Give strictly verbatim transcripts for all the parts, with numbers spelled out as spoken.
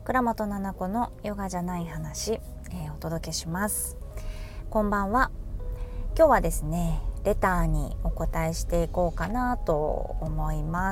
倉本々子のヨガじゃない話、えー、お届けします。こんばんは。今日はですねレターにお答えしていこうかなと思います。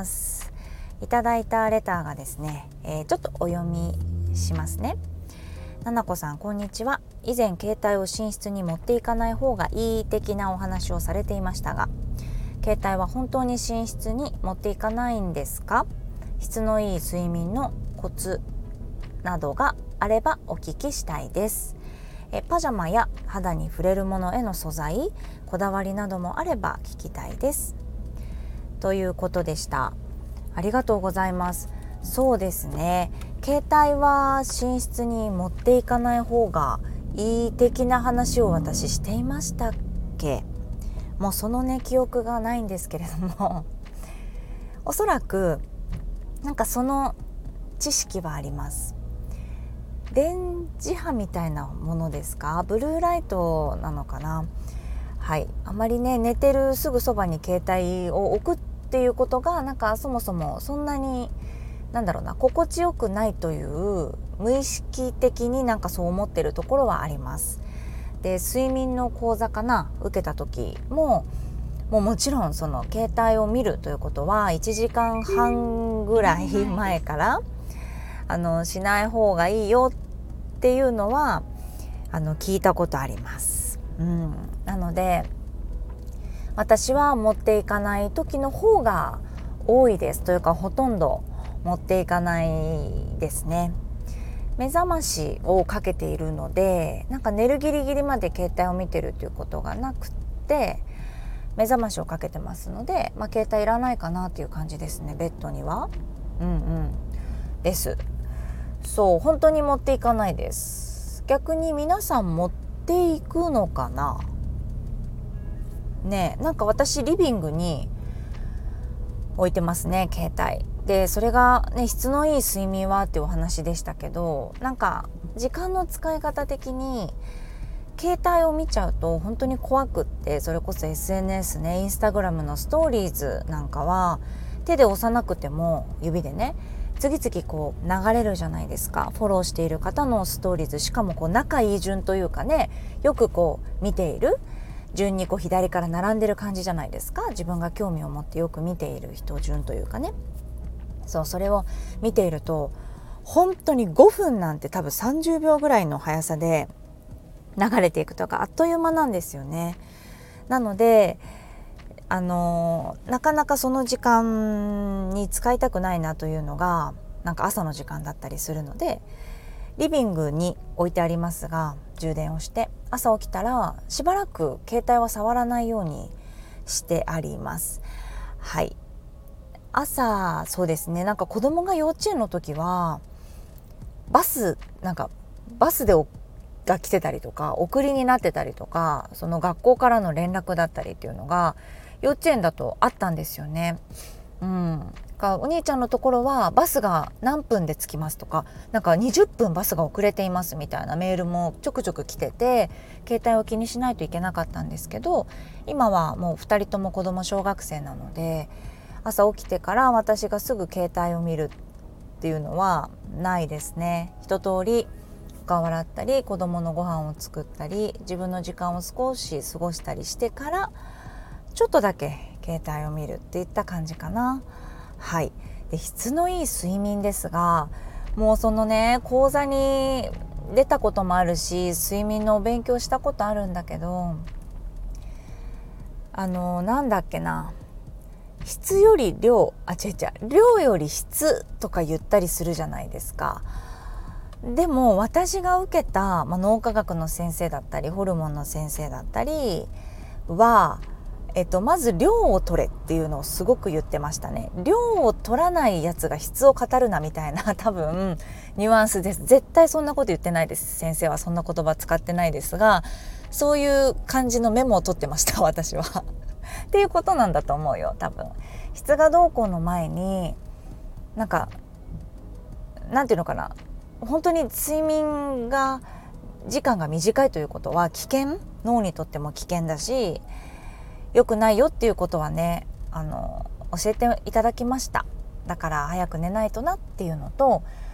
いただいたレターがですね、えー、ちょっとお読みしますね。々子さん、こんにちは。以前携帯を寝室に持っていかない方がいい的なお話をされていましたが、携帯は本当に寝室に持っていかないんですか？質のいい睡眠のコツなどがあればお聞きしたいです。えパジャマや肌に触れるものへの素材、こだわりなどもあれば聞きたいです、ということでした。ありがとうございます。そうですね、携帯は寝室に持っていかない方がいい的な話を私していましたっけ？もうそのね記憶がないんですけれどもおそらくなんかその知識はあります。電磁波みたいなものですか？ブルーライトなのかな。はい、あまりね寝てるすぐそばに携帯を置くっていうことがなんかそもそもそんなになんだろうな心地よくないという無意識的になんかそう思ってるところはあります。で睡眠の講座かな受けた時ももうもちろんその携帯を見るということはいちじかんはんぐらい前からあのしない方がいいよっていうのはあの聞いたことあります、うん、なので私は持っていかない時の方が多いですというかほとんど持っていかないですね。目覚ましをかけているのでなんか寝るギリギリまで携帯を見てるということがなくて目覚ましをかけてますので、まあ、携帯いらないかなっていう感じですね。ベッドにはうんうんですそう本当に持っていかないです。逆に皆さん持っていくのかなね。なんか私リビングに置いてますね携帯で。それがね質のいい睡眠はっていうお話でしたけど、なんか時間の使い方的に携帯を見ちゃうと本当に怖くって、それこそ エスエヌエス ねインスタグラムのストーリーズなんかは手で押さなくても指でね次々こう流れるじゃないですか。フォローしている方のストーリーズ、しかもこう仲いい順というかね、よくこう見ている順にこう左から並んでる感じじゃないですか。自分が興味を持ってよく見ている人順というかね。そうそれを見ていると本当にごふんなんて多分さんじゅうびょうぐらいの速さで流れていくとかあっという間なんですよね。なのであのなかなかその時間に使いたくないなというのがなんか朝の時間だったりするので、リビングに置いてありますが充電をして朝起きたらしばらく携帯は触らないようにしてあります。はい、朝そうですね、なんか子供が幼稚園の時はバスなんかバスでが来てたりとか送りになってたりとか、その学校からの連絡だったりっていうのが幼稚園だとあったんですよね。うん、お兄ちゃんのところはバスが何分で着きますとか、なんかにじゅっぷんバスが遅れていますみたいなメールもちょくちょく来てて、携帯を気にしないといけなかったんですけど、今はもうふたりとも子供小学生なので朝起きてから私がすぐ携帯を見るっていうのはないですね。一通り顔洗ったり子供のご飯を作ったり自分の時間を少し過ごしたりしてからちょっとだけ携帯を見るっていった感じかな。はい。で質のいい睡眠ですが、もうそのね講座に出たこともあるし睡眠のお勉強したことあるんだけど、あのなんだっけな質より量あ違う違う量より質とか言ったりするじゃないですか。でも私が受けた、まあ、脳科学の先生だったりホルモンの先生だったりは、えっと、まず量を取れっていうのをすごく言ってましたね。量を取らないやつが質を語るなみたいな多分ニュアンスです。絶対そんなこと言ってないです。先生はそんな言葉使ってないですが、そういう感じのメモを取ってました私はっていうことなんだと思うよ多分。質がどうこうの前になんかなんていうのかな、本当に睡眠が時間が短いということは危険、脳にとっても危険だし良くないよっていうことはねあの教えていただきました。だから早く寝ないとなっていうのと、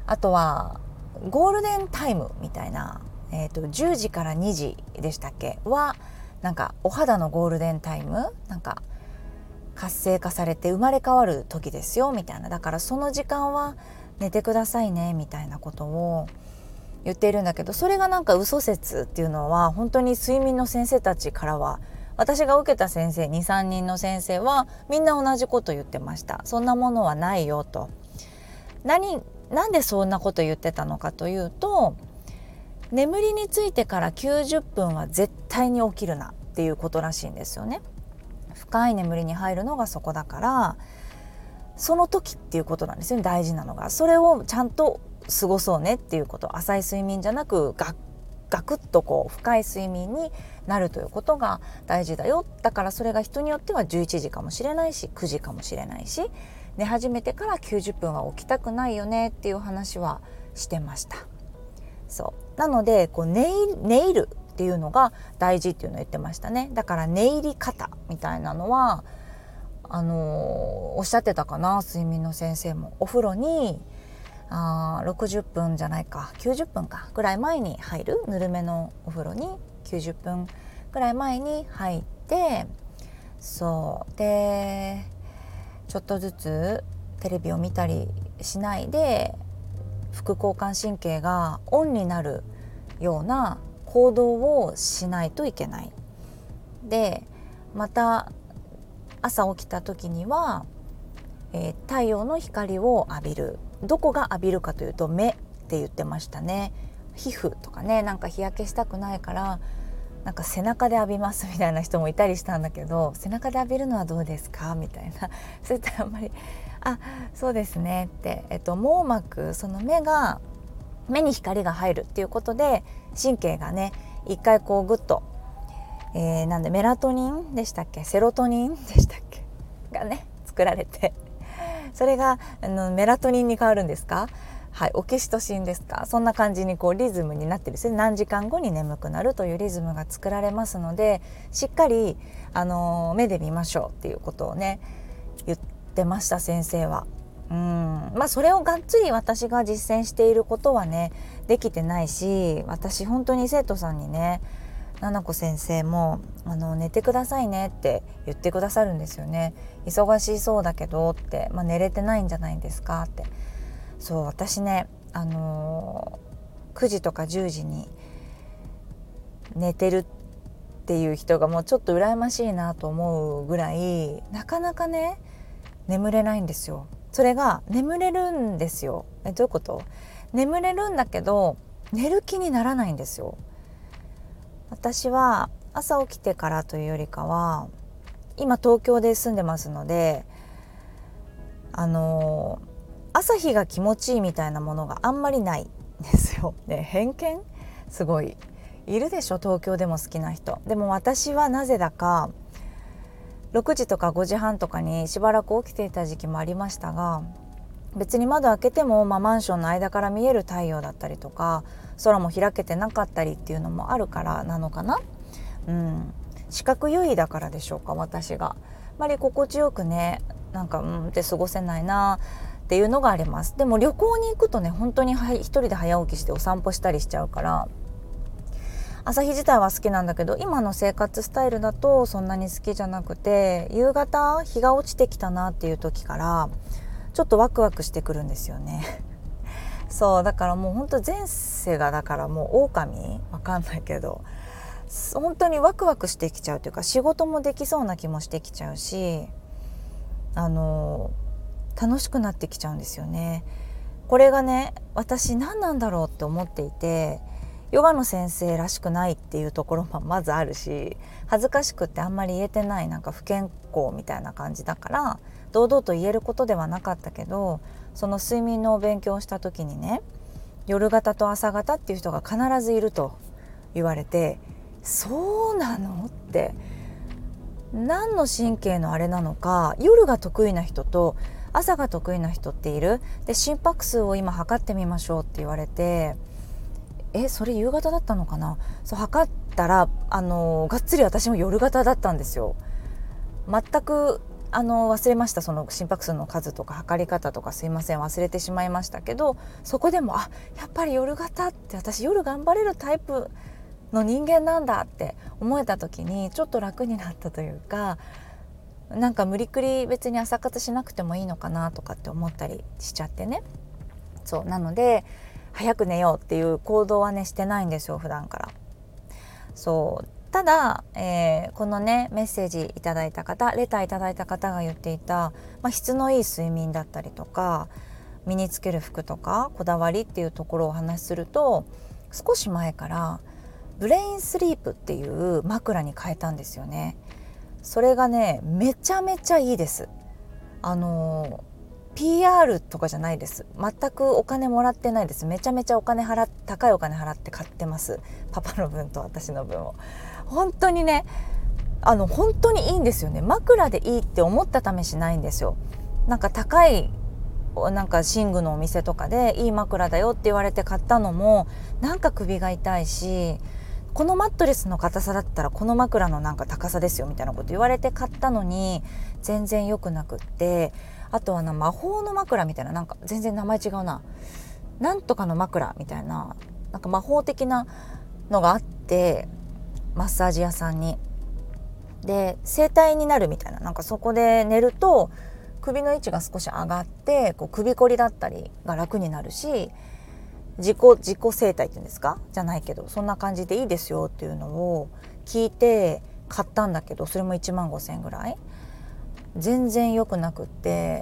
あとはゴールデンタイムみたいな、えーと、じゅうじからにじでしたっけはなんかお肌のゴールデンタイム、なんか活性化されて生まれ変わる時ですよみたいな、だからその時間は寝てくださいねみたいなことを言っているんだけど、それがなんか嘘説っていうのは本当に睡眠の先生たちからは、私が受けた先生 にさんにんの先生はみんな同じこと言ってました。そんなものはないよと。何なんでそんなこと言ってたのかというと、眠りについてからきゅうじゅっぷんは絶対に起きるなっていうことらしいんですよね。深い眠りに入るのがそこだから、その時っていうことなんですよね。大事なのがそれをちゃんと過ごそうねっていうこと。浅い睡眠じゃなくガガクッとこう深い睡眠になるということが大事だよ。だからそれが人によってはじゅういちじかもしれないしくじかもしれないし、寝始めてからきゅうじゅっぷんは起きたくないよねっていう話はしてました。そうなのでこう 寝, 寝入るっていうのが大事っていうのを言ってましたね。だから寝入り方みたいなのはあのー、おっしゃってたかな、睡眠の先生も。お風呂にあろくじゅっぷんじゃないかきゅうじゅっぷんかぐらい前に入る、ぬるめのお風呂にきゅうじゅっぷんぐらい前に入って、そうでちょっとずつテレビを見たりしないで副交感神経がオンになるような行動をしないといけない。でまた朝起きた時には、えー、太陽の光を浴びる。どこが浴びるかというと目って言ってましたね。皮膚とかね、なんか日焼けしたくないからなんか背中で浴びますみたいな人もいたりしたんだけど、背中で浴びるのはどうですかみたいな、そういったあんまりあそうですねって、えっと、網膜、その目が目に光が入るっていうことで神経がね一回こうグッと、えー、なんでメラトニンでしたっけセロトニンでしたっけがね作られて、それがあのメラトニンに変わるんですか、はい、オキシトシンですか、そんな感じにこうリズムになってるんですね。何時間後に眠くなるというリズムが作られますので、しっかり、あのー、目で見ましょうっていうことをね言ってました先生は。うんまあそれをがっつり私が実践していることはねできてないし、私本当に生徒さんにね、ななこ先生もあの寝てくださいねって言ってくださるんですよね。忙しそうだけどって、まあ、寝れてないんじゃないんですかって。そう私ね、あのー、くじとかじゅうじに寝てるっていう人がもうちょっと羨ましいなと思うぐらい、なかなかね眠れないんですよ。それが眠れるんですよ。えどういうこと？眠れるんだけど寝る気にならないんですよ。私は朝起きてからというよりかは、今東京で住んでますので、あのー、朝日が気持ちいいみたいなものがあんまりないんですよ。ね、偏見すごいいるでしょ、東京でも好きな人。でも私はなぜだかろくじとかごじはんとかにしばらく起きていた時期もありましたが、別に窓開けても、まあ、マンションの間から見える太陽だったりとか空も開けてなかったりっていうのもあるからなのかな、うん、視覚優位だからでしょうか。私があまり心地よくねなんかうんって過ごせないなっていうのがあります。でも旅行に行くとね本当に一人で早起きしてお散歩したりしちゃうから、朝日自体は好きなんだけど、今の生活スタイルだとそんなに好きじゃなくて、夕方日が落ちてきたなっていう時からちょっとワクワクしてくるんですよねそうだからもう本当前世がだからもう狼わかんないけど本当にワクワクしてきちゃうというか、仕事もできそうな気もしてきちゃうし、あの楽しくなってきちゃうんですよね。これがね私何なんだろうって思っていて、ヨガの先生らしくないっていうところもまずあるし、恥ずかしくってあんまり言えてない、なんか不健康みたいな感じだから堂々と言えることではなかったけど、その睡眠のお勉強をした時にね、夜型と朝型っていう人が必ずいると言われて、そうなのって何の神経のあれなのか、夜が得意な人と朝が得意な人っている。で心拍数を今測ってみましょうって言われて、えそれ夕方だったのかな。そう測ったらあのがっつり私も夜型だったんですよ。全くあの忘れました。その心拍数の数とか測り方とかすいません忘れてしまいましたけど、そこでもあやっぱり夜型って私夜頑張れるタイプの人間なんだって思えた時にちょっと楽になったというか、なんか無理くり別に朝活しなくてもいいのかなとかって思ったりしちゃってね。そうなので早く寝ようっていう行動はねしてないんですよ普段から。そうただ、えー、このねメッセージいただいた方、レターいただいた方が言っていた、まあ、質のいい睡眠だったりとか身につける服とかこだわりっていうところをお話しすると、少し前からブレインスリープっていう枕に変えたんですよね。それがねめちゃめちゃいいです。あの ピーアール とかじゃないです。全くお金もらってないです。めちゃめちゃお金払っ高いお金払って買ってます。パパの分と私の分を。本当にねあの本当にいいんですよね。枕でいいって思った試しないんですよ。なんか高いなんか寝具のお店とかでいい枕だよって言われて買ったのもなんか首が痛いし、このマットレスの硬さだったらこの枕のなんか高さですよみたいなこと言われて買ったのに全然良くなくって、あとはな魔法の枕みたいな、なんか全然名前違うな、なんとかの枕みたいな、なんか魔法的なのがあって、マッサージ屋さんにで整体になるみたいな、なんかそこで寝ると首の位置が少し上がってこう首こりだったりが楽になるし、自己自己整体っていうんですかじゃないけどそんな感じでいいですよっていうのを聞いて買ったんだけど、それもいちまんごせんえんぐらい、全然良くなくって、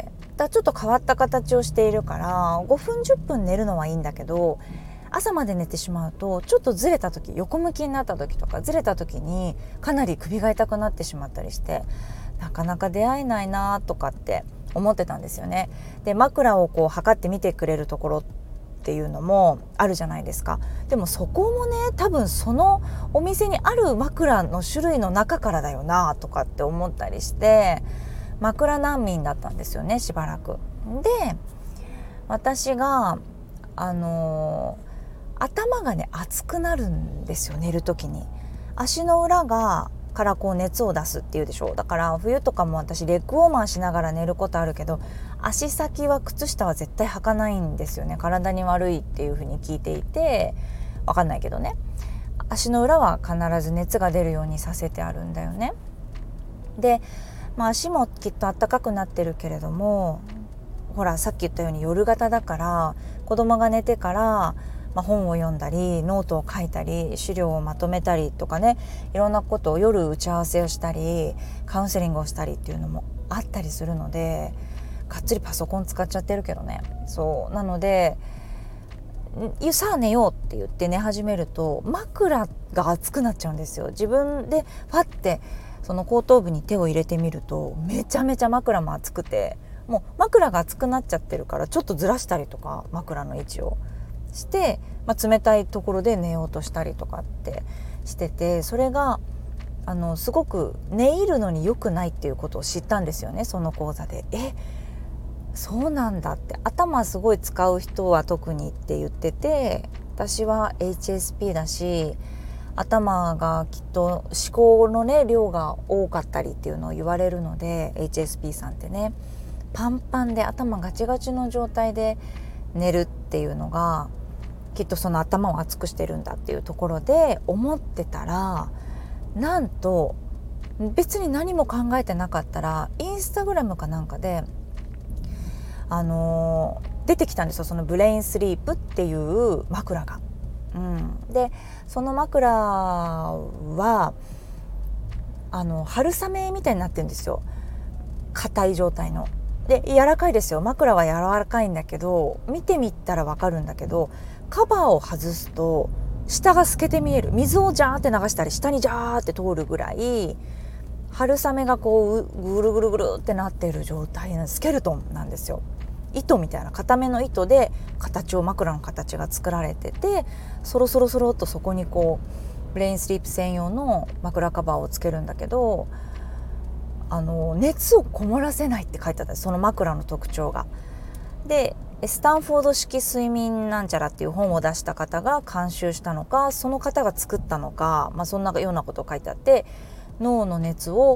だちょっと変わった形をしているからごふんじゅっぷん寝るのはいいんだけど、朝まで寝てしまうとちょっとずれた時、横向きになった時とかずれた時にかなり首が痛くなってしまったりして、なかなか出会えないなとかって思ってたんですよね。で枕をこう測ってみてくれるところっていうのもあるじゃないですか。でもそこもね多分そのお店にある枕の種類の中からだよなとかって思ったりして、枕難民だったんですよねしばらく。で私があのー頭がね熱くなるんですよ寝る時に。足の裏がからこう熱を出すっていうでしょ。だから冬とかも私レッグウォーマーしながら寝ることあるけど、足先は靴下は絶対履かないんですよね。体に悪いっていう風に聞いていて、わかんないけどね、足の裏は必ず熱が出るようにさせてあるんだよね。で、まあ、足もきっと暖かくなってるけれども、ほらさっき言ったように夜型だから子供が寝てからまあ、本を読んだりノートを書いたり資料をまとめたりとかね、いろんなことを夜打ち合わせをしたりカウンセリングをしたりっていうのもあったりするので、がっつりパソコン使っちゃってるけどね。そうなのでさあ寝ようって言って寝始めると枕が熱くなっちゃうんですよ。自分でパッてその後頭部に手を入れてみるとめちゃめちゃ枕も熱くて、もう枕が熱くなっちゃってるからちょっとずらしたりとか枕の位置をして、まあ、冷たいところで寝ようとしたりとかってしてて、それがあのすごく寝入るのに良くないっていうことを知ったんですよねその講座で。えそうなんだって、頭すごい使う人は特にって言ってて、私は エイチエスピー だし頭がきっと思考のね量が多かったりっていうのを言われるので、 エイチエスピー さんってねパンパンで頭ガチガチの状態で寝るっていうのがきっとその頭を熱くしてるんだっていうところで思ってたら、なんと別に何も考えてなかったらインスタグラムかなんかであのー、出てきたんですよ、そのブレインスリープっていう枕が。うん、でその枕はあの春雨みたいになってるんですよ、硬い状態の。で柔らかいですよ、枕は柔らかいんだけど、見てみたら分かるんだけどカバーを外すと下が透けて見える、水をジャーって流したり下にジャーって通るぐらい春雨がこうぐるぐるぐるってなっている状態のスケルトンなんですよ。糸みたいな固めの糸で形を枕の形が作られてて、そろそろそろっとそこにこうブレインスリープ専用の枕カバーをつけるんだけど、あの熱をこもらせないって書いてあったんです、その枕の特徴が。でスタンフォード式睡眠なんちゃらっていう本を出した方が監修したのか、その方が作ったのか、まあ、そんなようなことを書いてあって、脳の熱を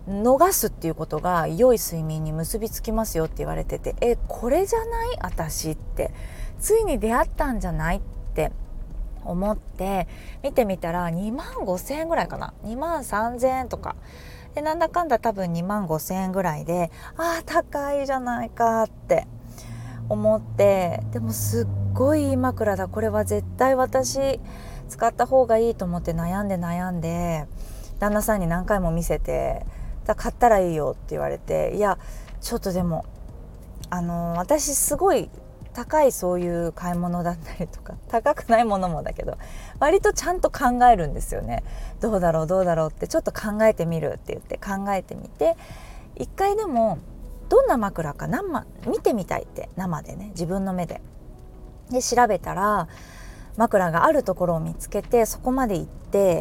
逃すっていうことが良い睡眠に結びつきますよって言われてて、えこれじゃない私って、ついに出会ったんじゃないって思って見てみたらにまんごせんえんぐらいかな、にまんさんぜんえんとかで、なんだかんだ多分にまんごせんえんぐらいで、あー高いじゃないかって思って、でもすっごいいい枕だ、これは絶対私使った方がいいと思って悩んで悩んで旦那さんに何回も見せて、だ買ったらいいよって言われて、いやちょっとでもあの私すごい高いそういう買い物だったりとか、高くないものもだけど割とちゃんと考えるんですよね。どうだろうどうだろうってちょっと考えてみるって言って考えてみて、一回でもどんな枕か生見てみたいって、生でね自分の目でで調べたら枕があるところを見つけて、そこまで行って、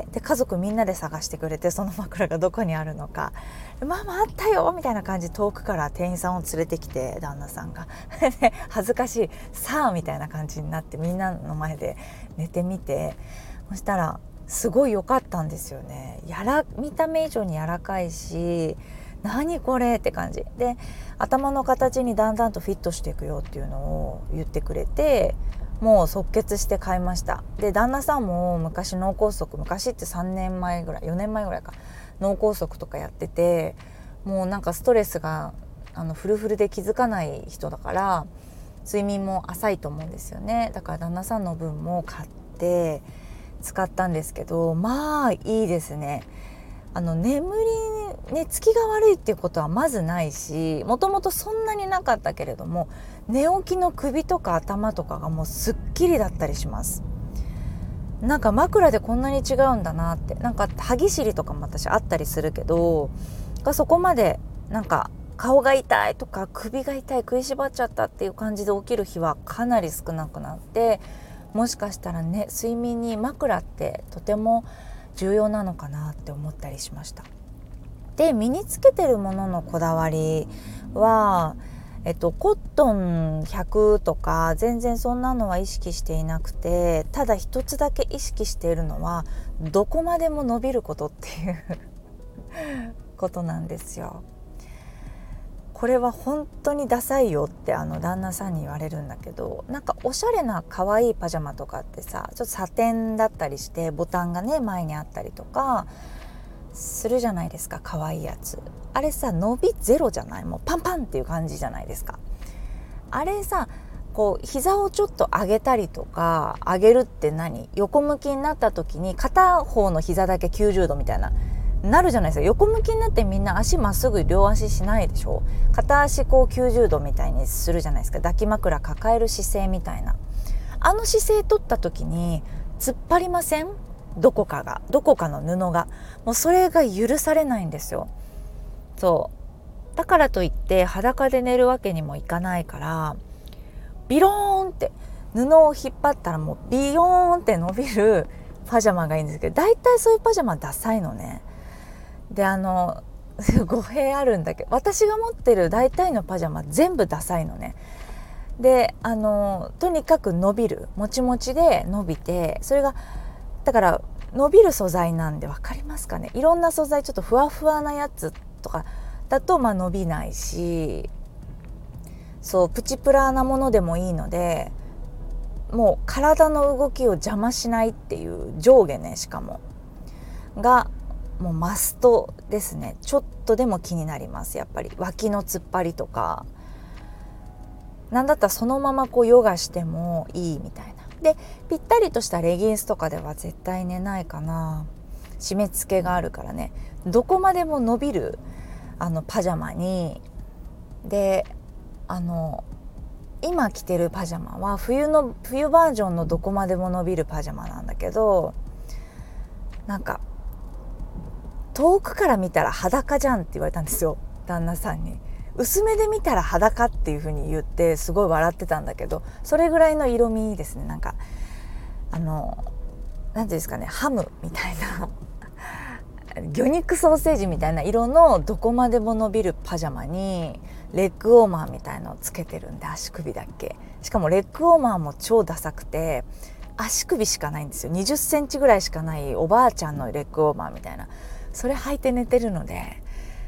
で家族みんなで探してくれて、その枕がどこにあるのか、ママあったよみたいな感じ、遠くから店員さんを連れてきて旦那さんがで恥ずかしいさあみたいな感じになって、みんなの前で寝てみて、そしたらすごい良かったんですよね。やら見た目以上に柔らかいし、何これって感じで、頭の形にだんだんとフィットしていくよっていうのを言ってくれて、もう即決して買いました。で旦那さんも昔脳梗塞、昔ってさんねんまえぐらいよねんまえぐらいか、脳梗塞とかやってて、もうなんかストレスがあのフルフルで気づかない人だから睡眠も浅いと思うんですよね。だから旦那さんの分も買って使ったんですけど、まあいいですね。あの眠り寝つきが悪いっていうことはまずないし、もともとそんなになかったけれども、寝起きの首とか頭とかがもうすっきりだったりします。なんか枕でこんなに違うんだなって、なんか歯ぎしりとかも私あったりするけど、そこまでなんか顔が痛いとか首が痛い、食いしばっちゃったっていう感じで起きる日はかなり少なくなって、もしかしたらね睡眠に枕ってとても重要なのかなって思ったりしました。で身につけてるもののこだわりは、えっと、コットンひゃくとか全然そんなのは意識していなくて、ただ一つだけ意識しているのはどこまでも伸びることっていうことなんですよ。これは本当にダサいよってあの旦那さんに言われるんだけど、なんかおしゃれな可愛いパジャマとかってさ、ちょっとサテンだったりしてボタンがね前にあったりとかするじゃないですか。可愛いやつ、あれさ伸びゼロじゃない、もうパンパンっていう感じじゃないですか。あれさこう膝をちょっと上げたりとか、上げるって何、横向きになった時に片方の膝だけきゅうじゅうどみたいななるじゃないですか。横向きになってみんな足まっすぐ両足しないでしょ。片足こうきゅうじゅうどみたいにするじゃないですか。抱き枕抱える姿勢みたいな、あの姿勢取った時に突っ張りません？どこかがどこかの布がもうそれが許されないんですよ。そうだからといって裸で寝るわけにもいかないから、ビローンって布を引っ張ったらもうビヨーンって伸びるパジャマがいいんですけど、だいたいそういうパジャマダサいのね。であの語弊あるんだけど、私が持ってる大体のパジャマ全部ダサいのね。であのとにかく伸びる、もちもちで伸びて、それがだから伸びる素材なんで、分かりますかね。いろんな素材、ちょっとふわふわなやつとかだとまあ伸びないし、そうプチプラなものでもいいので、もう体の動きを邪魔しないっていう上下ね、しかもがもうマストですね。ちょっとでも気になります。やっぱり脇の突っ張りとか、なんだったらそのままこうヨガしてもいいみたいな。でぴったりとしたレギンスとかでは絶対寝ないかな。締め付けがあるからね。どこまでも伸びるあのパジャマに、であの今着てるパジャマは冬の冬バージョンのどこまでも伸びるパジャマなんだけど、なんか遠くから見たら裸じゃんって言われたんですよ、旦那さんに。薄めで見たら裸っていう風に言ってすごい笑ってたんだけど、それぐらいの色味ですね。なんかあの何ていうんですかね、ハムみたいな魚肉ソーセージみたいな色のどこまでも伸びるパジャマにレッグウォーマーみたいのをつけてるんで、足首だけ。しかもレッグウォーマーも超ダサくて、足首しかないんですよ。にじゅっセンチぐらいしかないおばあちゃんのレッグウォーマーみたいな、それ履いて寝てるので、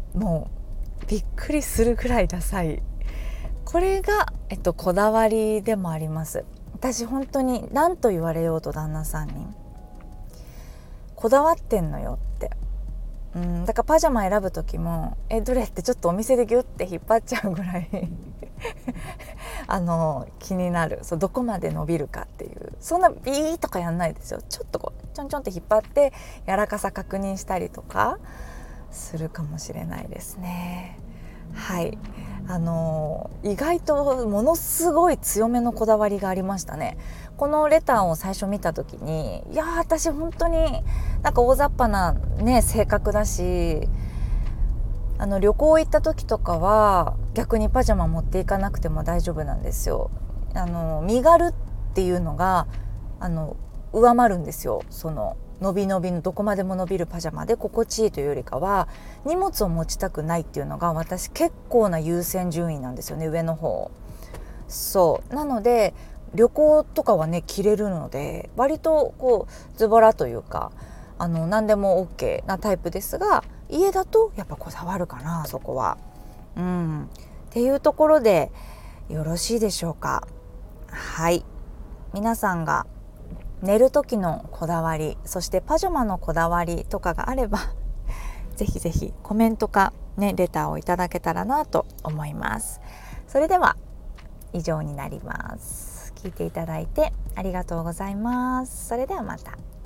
もうびっくりするぐらいダサい。これが、えっと、こだわりでもあります。私本当に何と言われようと旦那さんにこだわってんのよって、うん、だからパジャマ選ぶ時もえどれってちょっとお店でギュッて引っ張っちゃうぐらいあの気になる。そうどこまで伸びるかっていう、そんなビーとかやんないですよ。ちょっとこうちょんちょんって引っ張って柔らかさ確認したりとかするかもしれないですね。はい、あの意外とものすごい強めのこだわりがありましたね。このレターを最初見た時に、いや私本当になんか大雑把なね性格だし、あの旅行行った時とかは逆にパジャマ持っていかなくても大丈夫なんですよ。あの身軽っていうのがあの上回るんですよ。その伸び伸びのどこまでも伸びるパジャマで心地いいというよりかは、荷物を持ちたくないっていうのが私結構な優先順位なんですよね、上の方。そうなので旅行とかはね着れるので割とこうズボラというかあの何でも OK なタイプですが、家だとやっぱこだわるかな、そこは。うんっていうところでよろしいでしょうか。はい、皆さんが寝る時のこだわり、そしてパジャマのこだわりとかがあればぜひぜひコメントか、ね、レターをいただけたらなと思います。それでは以上になります。聞いていただいてありがとうございます。それではまた。